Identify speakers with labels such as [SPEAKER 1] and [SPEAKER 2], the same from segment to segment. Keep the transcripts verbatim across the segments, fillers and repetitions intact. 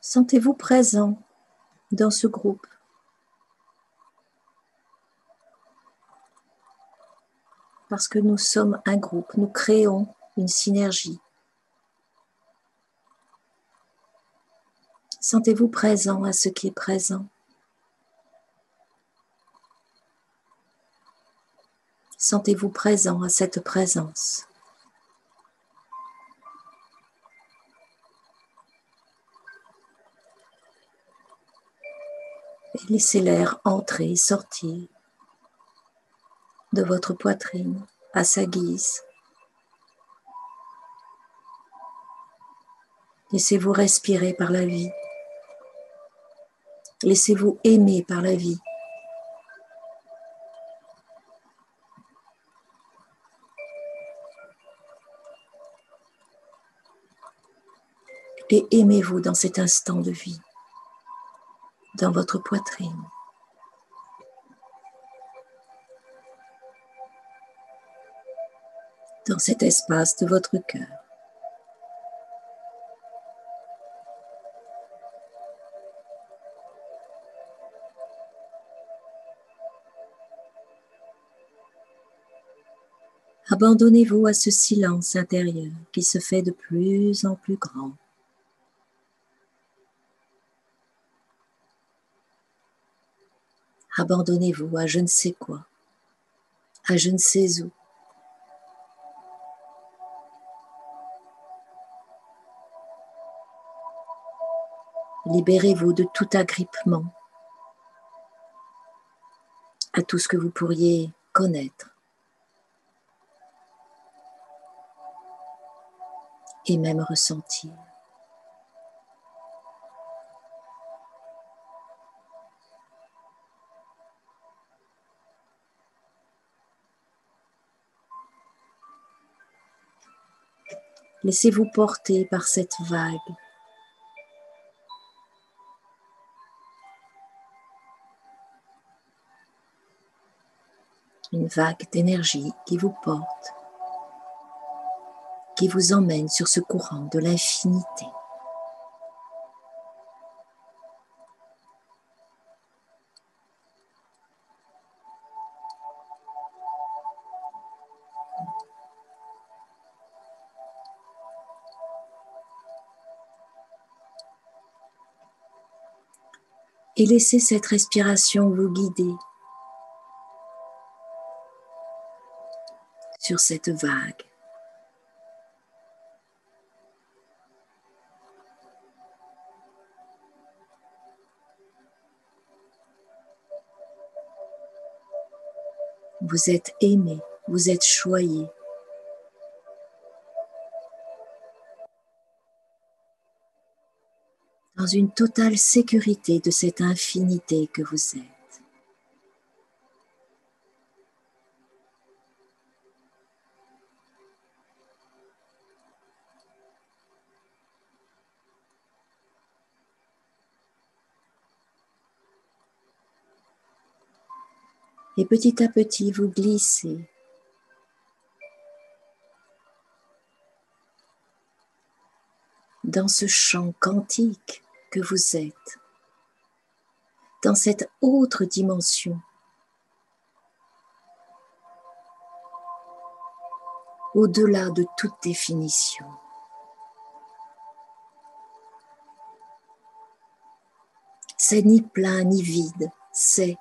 [SPEAKER 1] Sentez-vous présent dans ce groupe. Parce que nous sommes un groupe, nous créons une synergie. Sentez-vous présent à ce qui est présent. Sentez-vous présent à cette présence. Et laissez l'air entrer et sortir de votre poitrine à sa guise. Laissez-vous respirer par la vie. Laissez-vous aimer par la vie. Et aimez-vous dans cet instant de vie, dans votre poitrine. Dans cet espace de votre cœur. Abandonnez-vous à ce silence intérieur qui se fait de plus en plus grand. Abandonnez-vous à je ne sais quoi, à je ne sais où. Libérez-vous de tout agrippement à tout ce que vous pourriez connaître et même ressentir. Laissez-vous porter par cette vague. Une vague d'énergie qui vous porte, qui vous emmène sur ce courant de l'infinité. Et laissez cette respiration vous guider sur cette vague. Vous êtes aimé, vous êtes choyé. Dans une totale sécurité de cette infinité que vous êtes. Et petit à petit, vous glissez dans ce champ quantique que vous êtes, dans cette autre dimension, au-delà de toute définition. C'est ni plein ni vide, c'est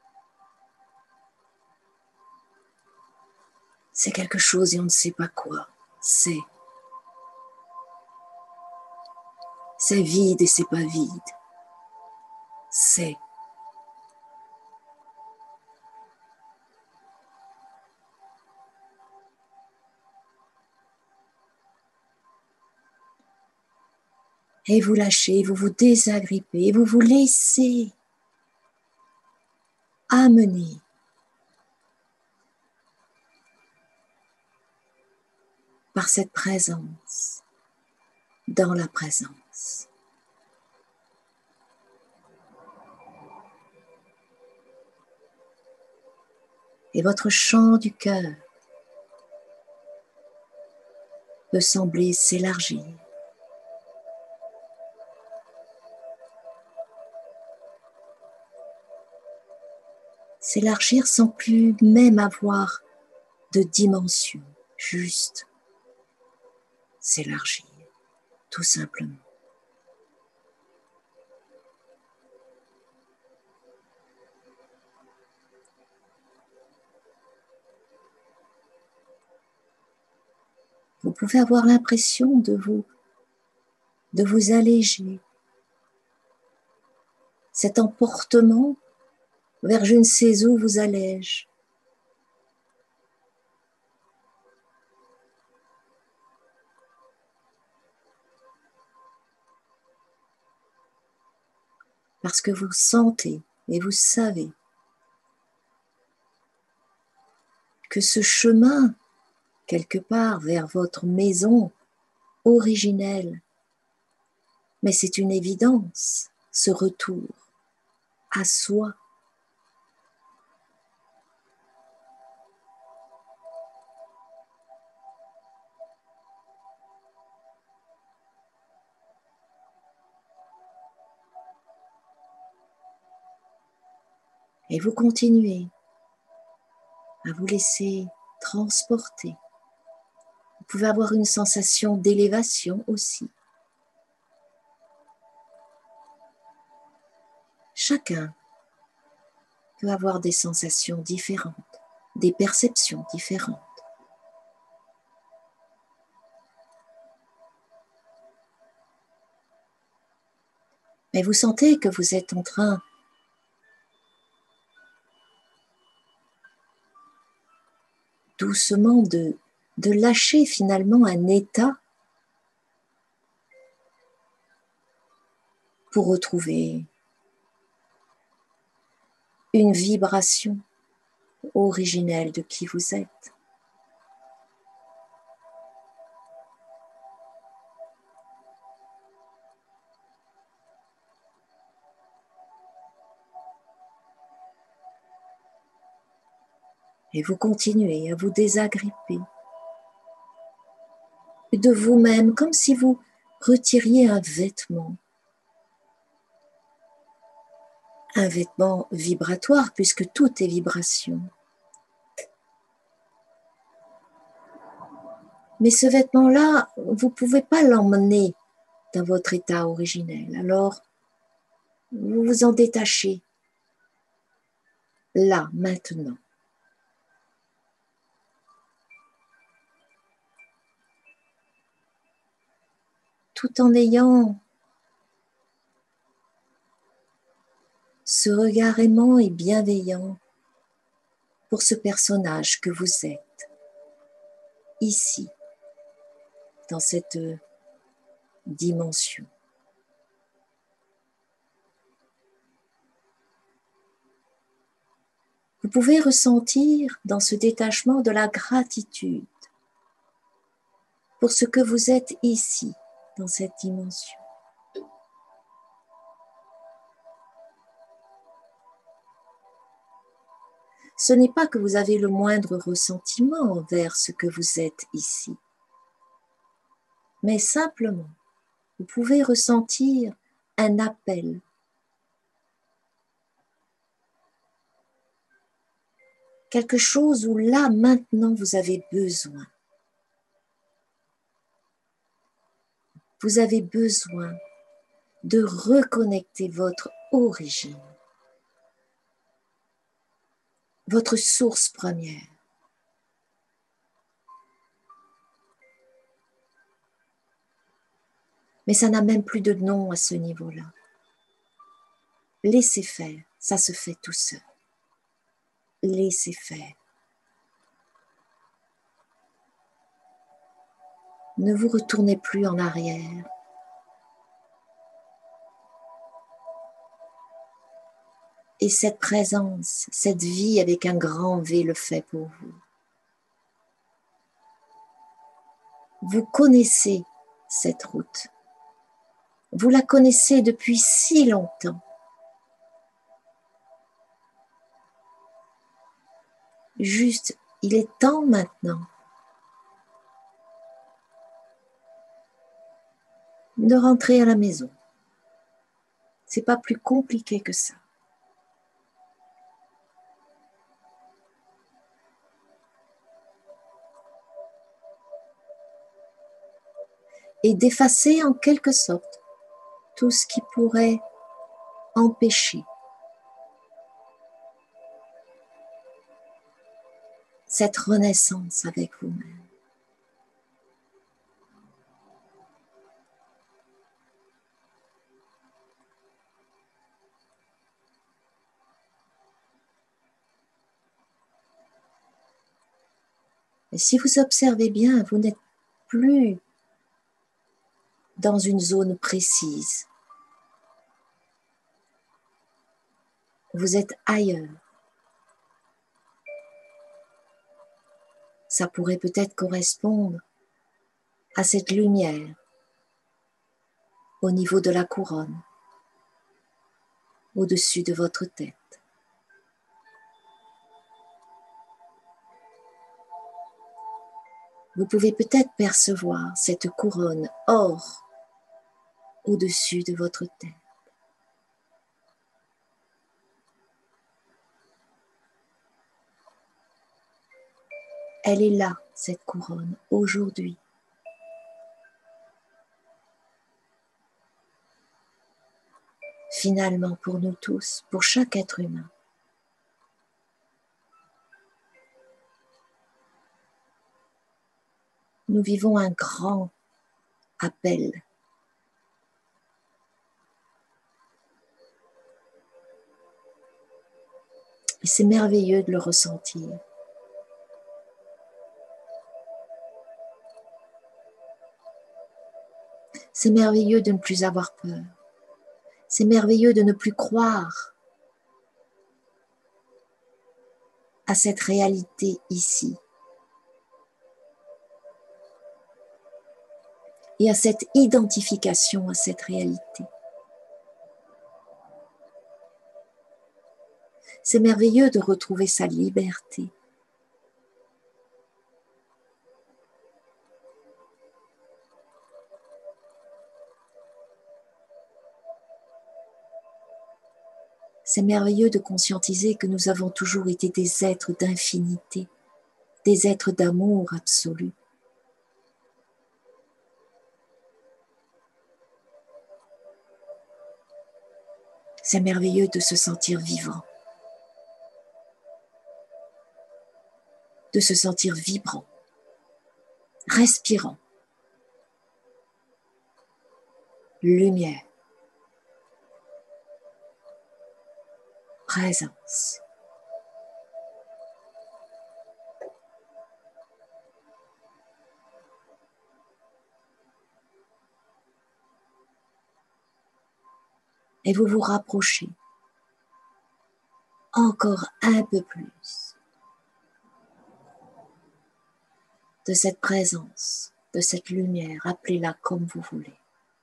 [SPEAKER 1] c'est quelque chose et on ne sait pas quoi, c'est c'est vide et c'est pas vide, c'est et vous lâchez, vous vous désagrippez, et vous vous laissez amener par cette présence dans la présence. Et votre champ du cœur peut sembler s'élargir. s'élargir sans plus même avoir de dimension, juste s'élargir, tout simplement. Vous pouvez avoir l'impression de vous, de vous alléger. Cet emportement vers je ne sais où vous allège. Parce que vous sentez et vous savez que ce chemin, quelque part vers votre maison originelle, mais c'est une évidence, ce retour à soi. Et vous continuez à vous laisser transporter. Vous pouvez avoir une sensation d'élévation aussi. Chacun peut avoir des sensations différentes, des perceptions différentes. Mais vous sentez que vous êtes en train doucement de, de lâcher finalement un état pour retrouver une vibration originelle de qui vous êtes. Et vous continuez à vous désagripper de vous-même, comme si vous retiriez un vêtement. Un vêtement vibratoire, puisque tout est vibration. Mais ce vêtement-là, vous ne pouvez pas l'emmener dans votre état originel. Alors, vous vous en détachez, là, maintenant. Tout en ayant ce regard aimant et bienveillant pour ce personnage que vous êtes, ici, dans cette dimension. Vous pouvez ressentir dans ce détachement de la gratitude pour ce que vous êtes ici, dans cette dimension. Ce n'est pas que vous avez le moindre ressentiment envers ce que vous êtes ici, mais simplement, vous pouvez ressentir un appel. Quelque chose où là, maintenant, vous avez besoin. Vous avez besoin de reconnecter votre origine, votre source première. Mais ça n'a même plus de nom à ce niveau-là. Laissez faire, ça se fait tout seul. Laissez faire. Ne vous retournez plus en arrière. Et cette présence, cette vie avec un grand V le fait pour vous. Vous connaissez cette route. Vous la connaissez depuis si longtemps. Juste, il est temps maintenant de rentrer à la maison. C'est pas plus compliqué que ça. et d'effacer en quelque sorte tout ce qui pourrait empêcher cette renaissance avec vous-même. Et si vous observez bien, vous n'êtes plus dans une zone précise. Vous êtes ailleurs. Ça pourrait peut-être correspondre à cette lumière au niveau de la couronne, au-dessus de votre tête. Vous pouvez peut-être percevoir cette couronne or au-dessus de votre tête. Elle est là, cette couronne, aujourd'hui. Finalement, pour nous tous, pour chaque être humain. Nous vivons un grand appel. Et c'est merveilleux de le ressentir. C'est merveilleux de ne plus avoir peur. C'est merveilleux de ne plus croire à cette réalité ici. Et à cette identification à cette réalité. C'est merveilleux de retrouver sa liberté. C'est merveilleux de conscientiser que nous avons toujours été des êtres d'infinité, des êtres d'amour absolu. C'est merveilleux de se sentir vivant, de se sentir vibrant, respirant, lumière, présence. Et vous vous rapprochez encore un peu plus de cette présence, de cette lumière, appelez-la comme vous voulez.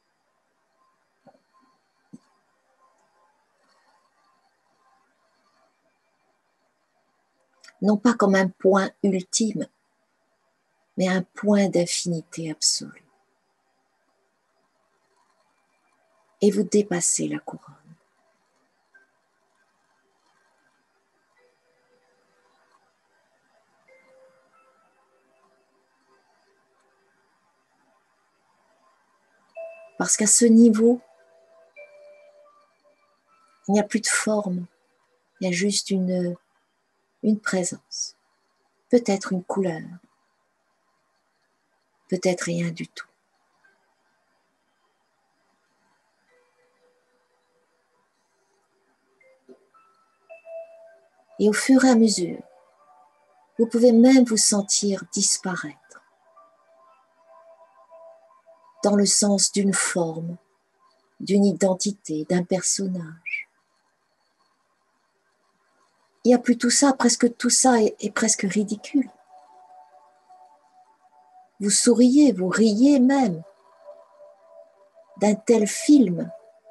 [SPEAKER 1] Non pas comme un point ultime, mais un point d'infinité absolue. Et vous dépassez la couronne. Parce qu'à ce niveau, il n'y a plus de forme, il y a juste une, une présence, peut-être une couleur, peut-être rien du tout. Et au fur et à mesure, vous pouvez même vous sentir disparaître dans le sens d'une forme, d'une identité, d'un personnage. Il n'y a plus tout ça, presque tout ça est, est presque ridicule. Vous souriez, vous riez même d'un tel film.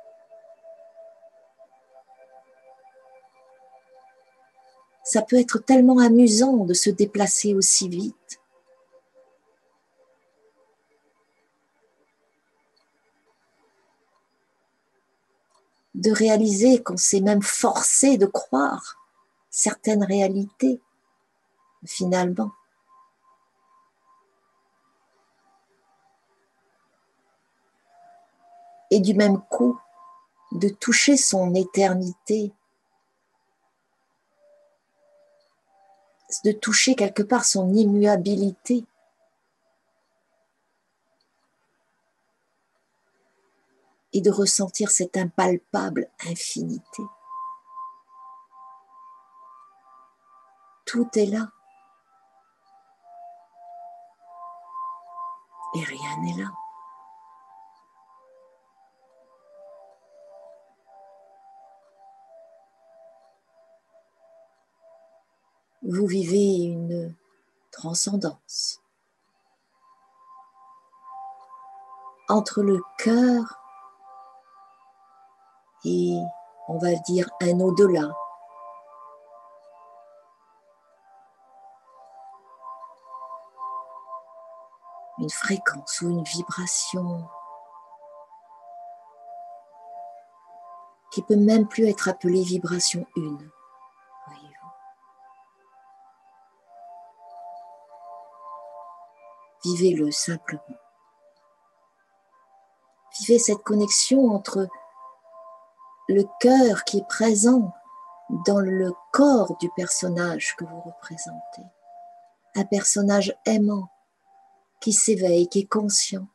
[SPEAKER 1] Ça peut être tellement amusant de se déplacer aussi vite. De réaliser qu'on s'est même forcé de croire certaines réalités, finalement. et du même coup de toucher son éternité, de toucher quelque part son immuabilité. Et de ressentir cette impalpable infinité. Tout est là. Et rien n'est là. Vous vivez une transcendance entre le cœur et, on va dire, un au-delà. Une fréquence ou une vibration qui peut même plus être appelée vibration une, voyez-vous. Vivez-le simplement. Vivez cette connexion entre le cœur qui est présent dans le corps du personnage que vous représentez. Un personnage aimant, qui s'éveille, qui est conscient.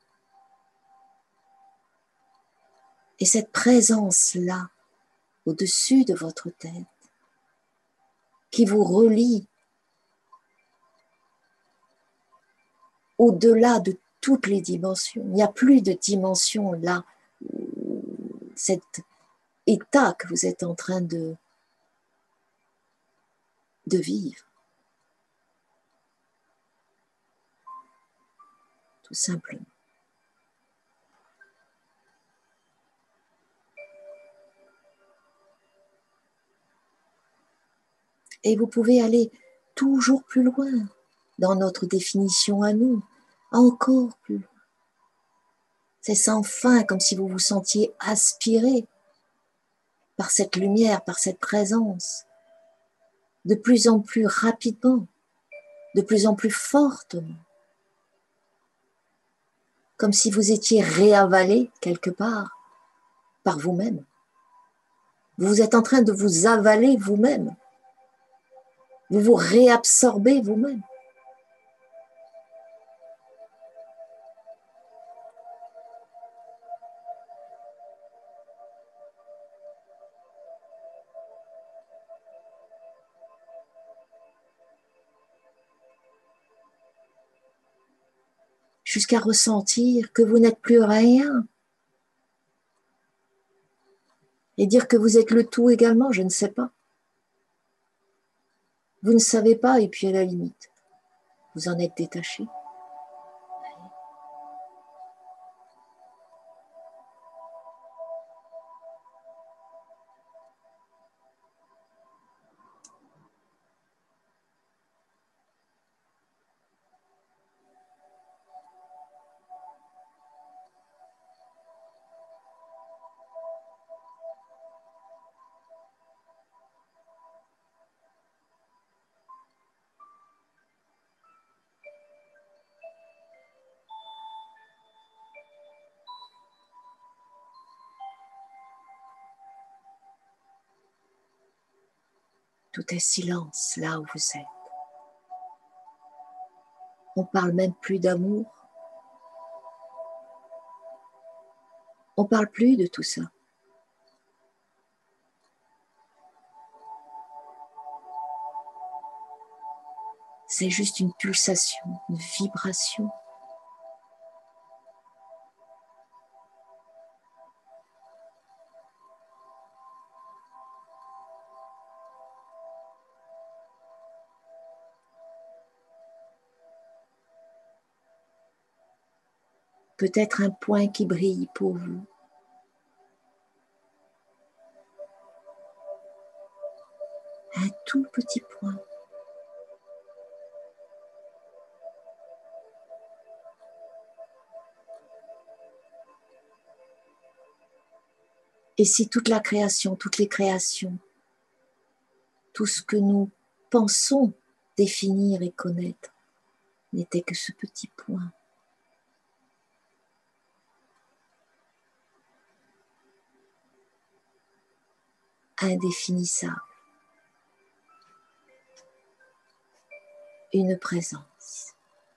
[SPEAKER 1] Et cette présence-là, au-dessus de votre tête, qui vous relie au-delà de toutes les dimensions. Il n'y a plus de dimension là, cet état que vous êtes en train de, de vivre. Tout simplement. Et vous pouvez aller toujours plus loin dans notre définition à nous, encore plus loin. C'est sans fin, comme si vous vous sentiez aspiré par cette lumière, par cette présence, de plus en plus rapidement, de plus en plus fortement, comme si vous étiez réavalé quelque part par vous-même. Vous êtes en train de vous avaler vous-même. Vous vous réabsorbez vous-même. Jusqu'à ressentir que vous n'êtes plus rien. Et dire que vous êtes le tout également, je ne sais pas. Vous ne savez pas, et puis à la limite, vous en êtes détaché. Tout est silence là où vous êtes. On ne parle même plus d'amour. On ne parle plus de tout ça. C'est juste une pulsation, une vibration. Peut-être un point qui brille pour vous. Un tout petit point. Et si toute la création, toutes les créations, tout ce que nous pensons définir et connaître n'était que ce petit point? indéfinissable, une présence.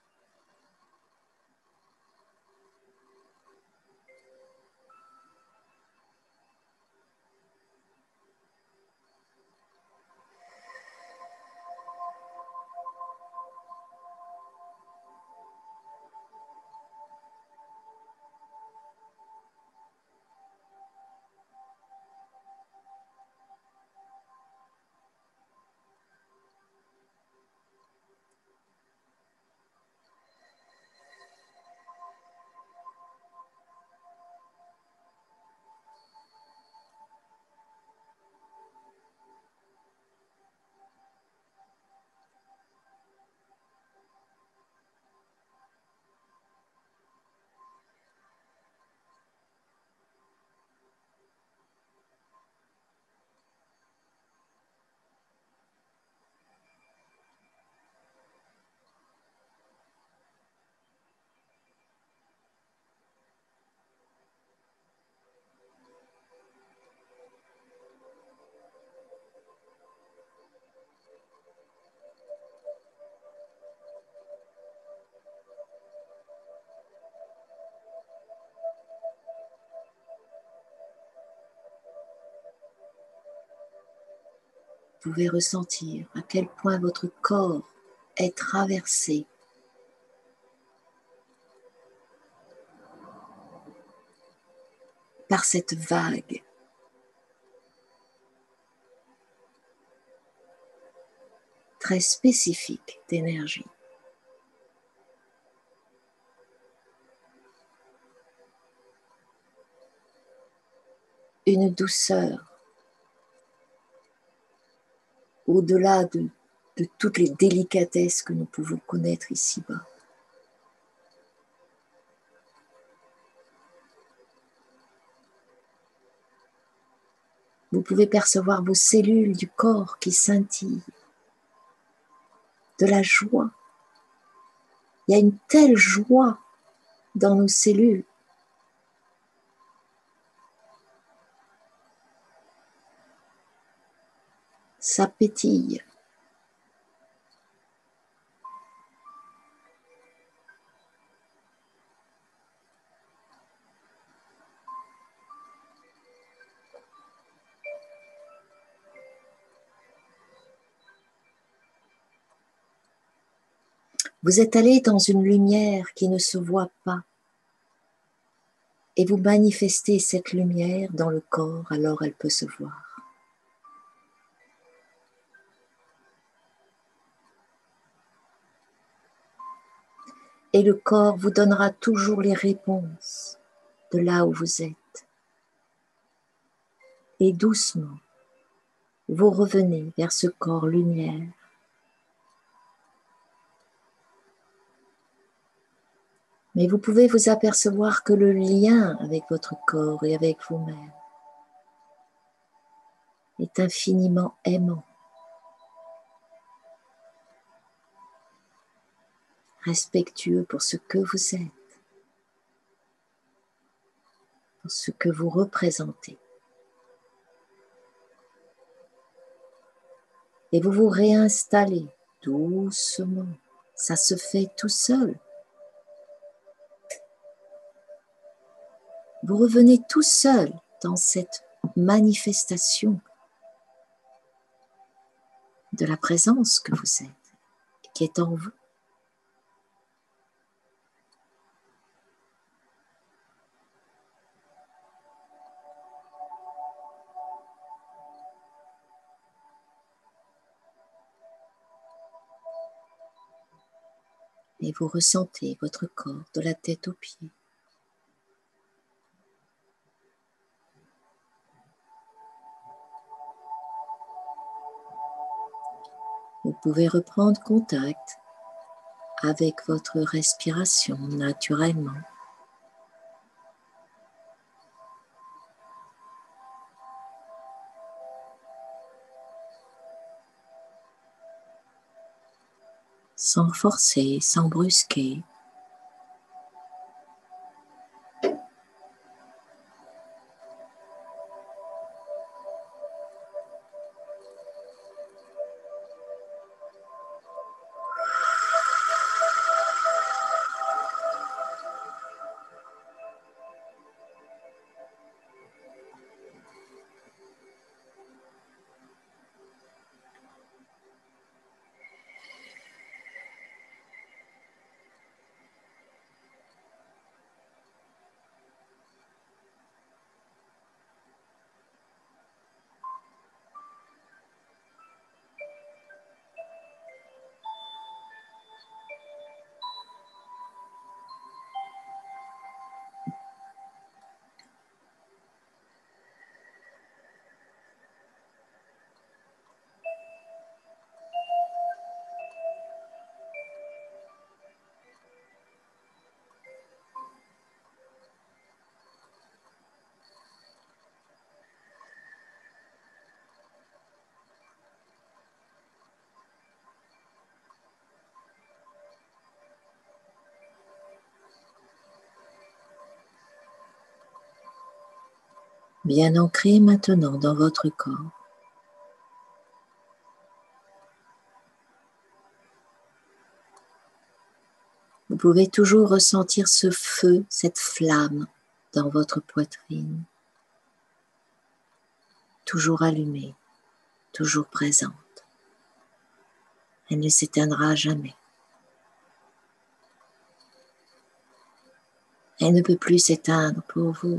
[SPEAKER 1] Vous pouvez ressentir à quel point votre corps est traversé par cette vague très spécifique d'énergie. Une douceur au-delà de, de toutes les délicatesses que nous pouvons connaître ici-bas. Vous pouvez percevoir vos cellules du corps qui scintillent, de la joie. Il y a une telle joie dans nos cellules. Ça pétille. Vous êtes allé dans une lumière qui ne se voit pas et vous manifestez cette lumière dans le corps, alors elle peut se voir. Et le corps vous donnera toujours les réponses de là où vous êtes. Et doucement, vous revenez vers ce corps lumière. Mais vous pouvez vous apercevoir que le lien avec votre corps et avec vous-même est infiniment aimant, respectueux pour ce que vous êtes, pour ce que vous représentez. Et vous vous réinstallez doucement, ça se fait tout seul. Vous revenez tout seul dans cette manifestation de la présence que vous êtes, qui est en vous. Et vous ressentez votre corps de la tête aux pieds. Vous pouvez reprendre contact avec votre respiration naturellement. Sans forcer, sans brusquer. bien ancré maintenant dans votre corps. Vous pouvez toujours ressentir ce feu, cette flamme dans votre poitrine, toujours allumée, toujours présente. Elle ne s'éteindra jamais. Elle ne peut plus s'éteindre pour vous.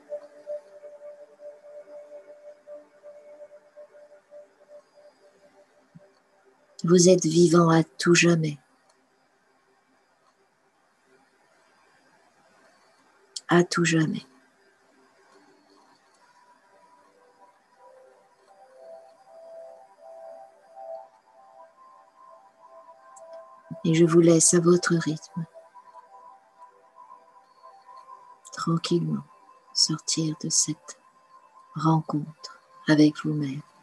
[SPEAKER 1] Vous êtes vivant à tout jamais. À tout jamais. Et je vous laisse à votre rythme, tranquillement, sortir de cette rencontre avec vous-même.